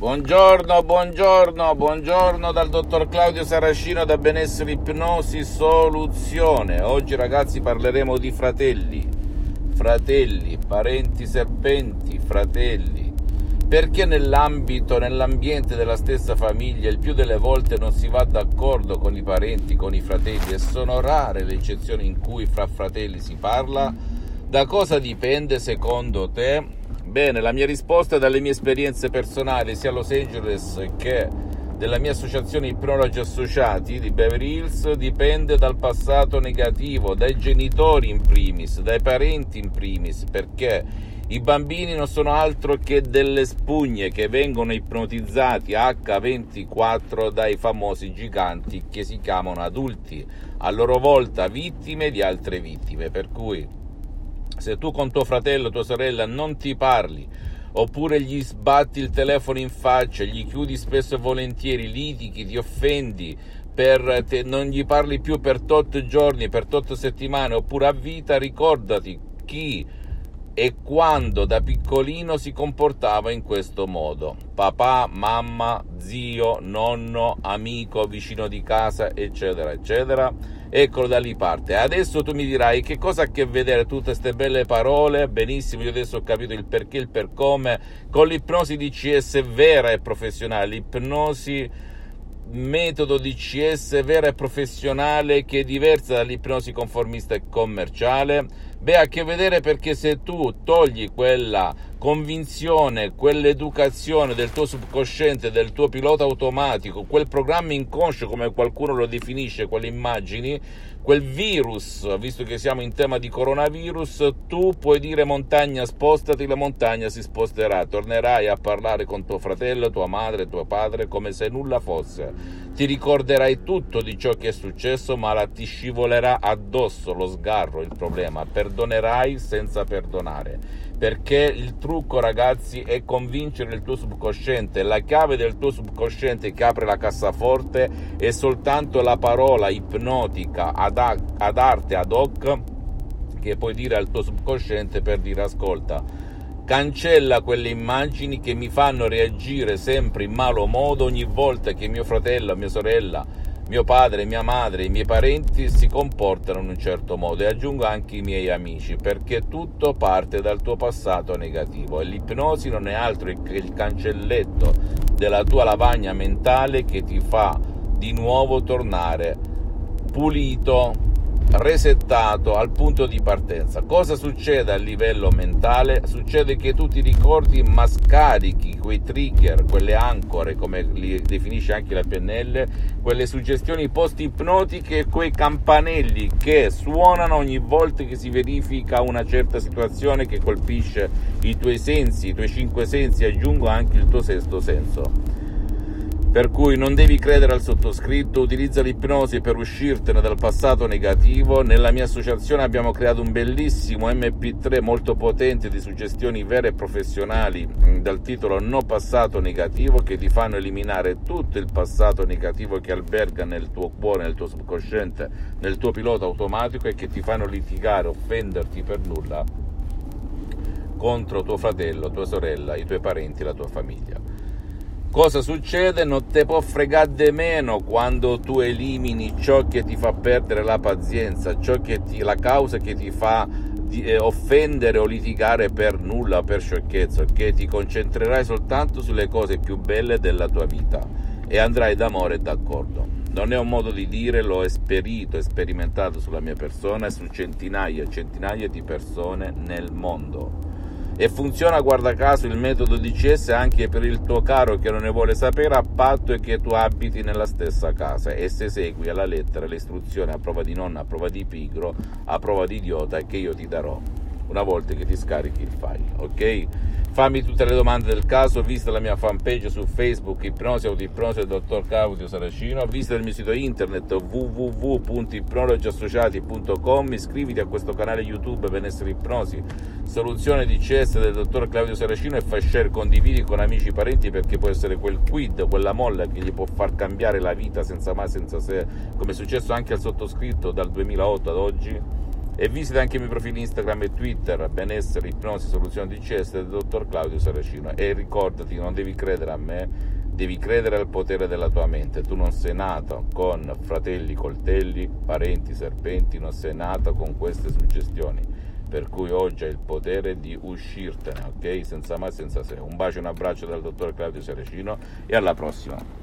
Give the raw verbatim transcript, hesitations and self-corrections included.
Buongiorno, buongiorno, buongiorno dal dottor Claudio Saracino da Benessere Ipnosi Soluzione. Oggi ragazzi parleremo di fratelli, fratelli, parenti serpenti, fratelli. Perché nell'ambito, nell'ambiente della stessa famiglia il più delle volte non si va d'accordo con i parenti, con i fratelli, e sono rare le eccezioni in cui fra fratelli si parla? Da cosa dipende secondo te? Bene, la mia risposta è dalle mie esperienze personali sia a Los Angeles che della mia associazione Ipnologi Associati di Beverly Hills dipende dal passato negativo, dai genitori in primis, dai parenti in primis, perché i bambini non sono altro che delle spugne che vengono ipnotizzati acca ventiquattro dai famosi giganti che si chiamano adulti, a loro volta vittime di altre vittime, per cui se tu con tuo fratello o tua sorella non ti parli, oppure gli sbatti il telefono in faccia, gli chiudi spesso e volentieri, litighi, ti offendi, per te, non gli parli più per tot giorni, per tot settimane, oppure a vita, ricordati chi e quando da piccolino si comportava in questo modo: papà, mamma, zio, nonno, amico, vicino di casa, eccetera, eccetera. Eccolo, da lì parte. Adesso tu mi dirai che cosa ha a che vedere tutte queste belle parole. Benissimo, io adesso ho capito il perché, il per come, con l'ipnosi D C S vera e professionale, l'ipnosi metodo D C S vera e professionale, che è diversa dall'ipnosi conformista e commerciale. Beh, ha a che vedere perché se tu togli quella convinzione, quell'educazione del tuo subconsciente, del tuo pilota automatico, quel programma inconscio come qualcuno lo definisce, quelle immagini, quel virus, visto che siamo in tema di coronavirus, tu puoi dire montagna spostati, la montagna si sposterà, tornerai a parlare con tuo fratello, tua madre, tuo padre come se nulla fosse, ti ricorderai tutto di ciò che è successo, ma la ti scivolerà addosso lo sgarro, il problema, perdonerai senza perdonare, perché il trucco ragazzi è convincere il tuo subconsciente. La chiave del tuo subconsciente che apre la cassaforte è soltanto la parola ipnotica ad, a- ad arte ad hoc che puoi dire al tuo subconsciente per dire: ascolta, cancella quelle immagini che mi fanno reagire sempre in malo modo ogni volta che mio fratello, mia sorella, mio padre, mia madre, i miei parenti si comportano in un certo modo, e aggiungo anche i miei amici, perché tutto parte dal tuo passato negativo e l'ipnosi non è altro che il cancelletto della tua lavagna mentale che ti fa di nuovo tornare pulito, resettato al punto di partenza. Cosa succede a livello mentale? Succede che tu ti ricordi ma scarichi quei trigger, quelle ancore come li definisce anche la P N L, quelle suggestioni post-ipnotiche, quei campanelli che suonano ogni volta che si verifica una certa situazione che colpisce i tuoi sensi, i tuoi cinque sensi, aggiungo anche il tuo sesto senso. Per cui non devi credere al sottoscritto, utilizza l'ipnosi per uscirtene dal passato negativo. Nella mia associazione abbiamo creato un bellissimo M P tre molto potente di suggestioni vere e professionali dal titolo No Passato Negativo, che ti fanno eliminare tutto il passato negativo che alberga nel tuo cuore, nel tuo subconsciente, nel tuo pilota automatico, e che ti fanno litigare, offenderti per nulla contro tuo fratello, tua sorella, i tuoi parenti, la tua famiglia. Cosa succede? Non te può fregare di meno quando tu elimini ciò che ti fa perdere la pazienza, ciò che ti, la causa che ti fa di, eh, offendere o litigare per nulla, per sciocchezza, che ti concentrerai soltanto sulle cose più belle della tua vita e andrai d'amore e d'accordo. Non è un modo di dire, l'ho esperito, sperimentato sulla mia persona e su centinaia e centinaia di persone nel mondo. E funziona, guarda caso, il metodo D C S anche per il tuo caro che non ne vuole sapere, a patto che tu abiti nella stessa casa e se segui alla lettera le istruzioni a prova di nonna, a prova di pigro, a prova di idiota, che io ti darò una volta che ti scarichi il file, ok? Fammi tutte le domande del caso, visita la mia fanpage su Facebook, Ipnosi Autoipnosi del dottor Claudio Saracino, visita il mio sito internet w w w punto ipnologi associati punto com, iscriviti a questo canale YouTube Benessere Ipnosi Soluzione D C S del dottor Claudio Saracino e fai share, condividi con amici e parenti, perché può essere quel quid, quella molla che gli può far cambiare la vita senza mai, senza se, come è successo anche al sottoscritto dal duemilaotto ad oggi. E visita anche i miei profili Instagram e Twitter, benessere, ipnosi, soluzioni D C S del dottor Claudio Saracino. E ricordati, non devi credere a me, devi credere al potere della tua mente. Tu non sei nato con fratelli coltelli, parenti serpenti, non sei nato con queste suggestioni, per cui oggi hai il potere di uscirtene, ok? Senza mai, senza se. Un bacio e un abbraccio dal dottor Claudio Saracino e alla prossima.